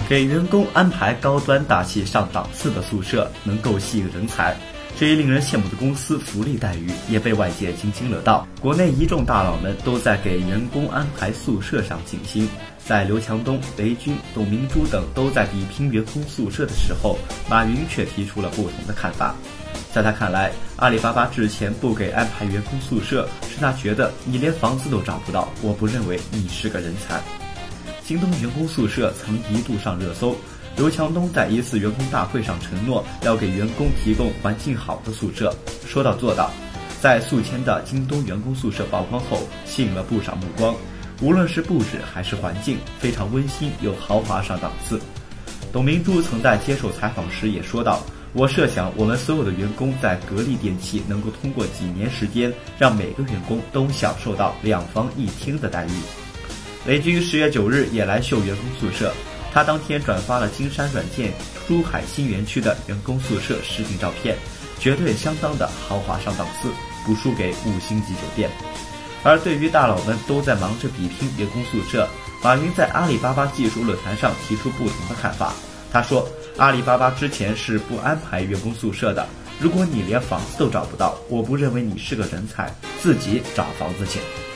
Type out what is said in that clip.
给员工安排高端大气上档次的宿舍，能够吸引人才。这一令人羡慕的公司福利待遇也被外界津津乐道，国内一众大佬们都在给员工安排宿舍上尽心。在刘强东、雷军、董明珠等都在比拼员工宿舍的时候，马云却提出了不同的看法。在他看来，阿里巴巴之前不给安排员工宿舍，是他觉得你连房子都找不到，我不认为你是个人才。京东员工宿舍曾一度上热搜，刘强东在一次员工大会上承诺要给员工提供环境好的宿舍，说到做到。在宿迁的京东员工宿舍曝光后，吸引了不少目光，无论是布置还是环境，非常温馨又豪华上档次。董明珠曾在接受采访时也说道，我设想我们所有的员工在格力电器能够通过几年时间，让每个员工都享受到2房1厅的待遇。雷军10月9日也来秀员工宿舍，他当天转发了金山软件珠海新园区的员工宿舍实景照片，绝对相当的豪华上档次，不输给5星级酒店。而对于大佬们都在忙着比拼员工宿舍，马云在阿里巴巴技术论坛上提出不同的看法。他说，阿里巴巴之前是不安排员工宿舍的，如果你连房子都找不到，我不认为你是个人才，自己找房子去。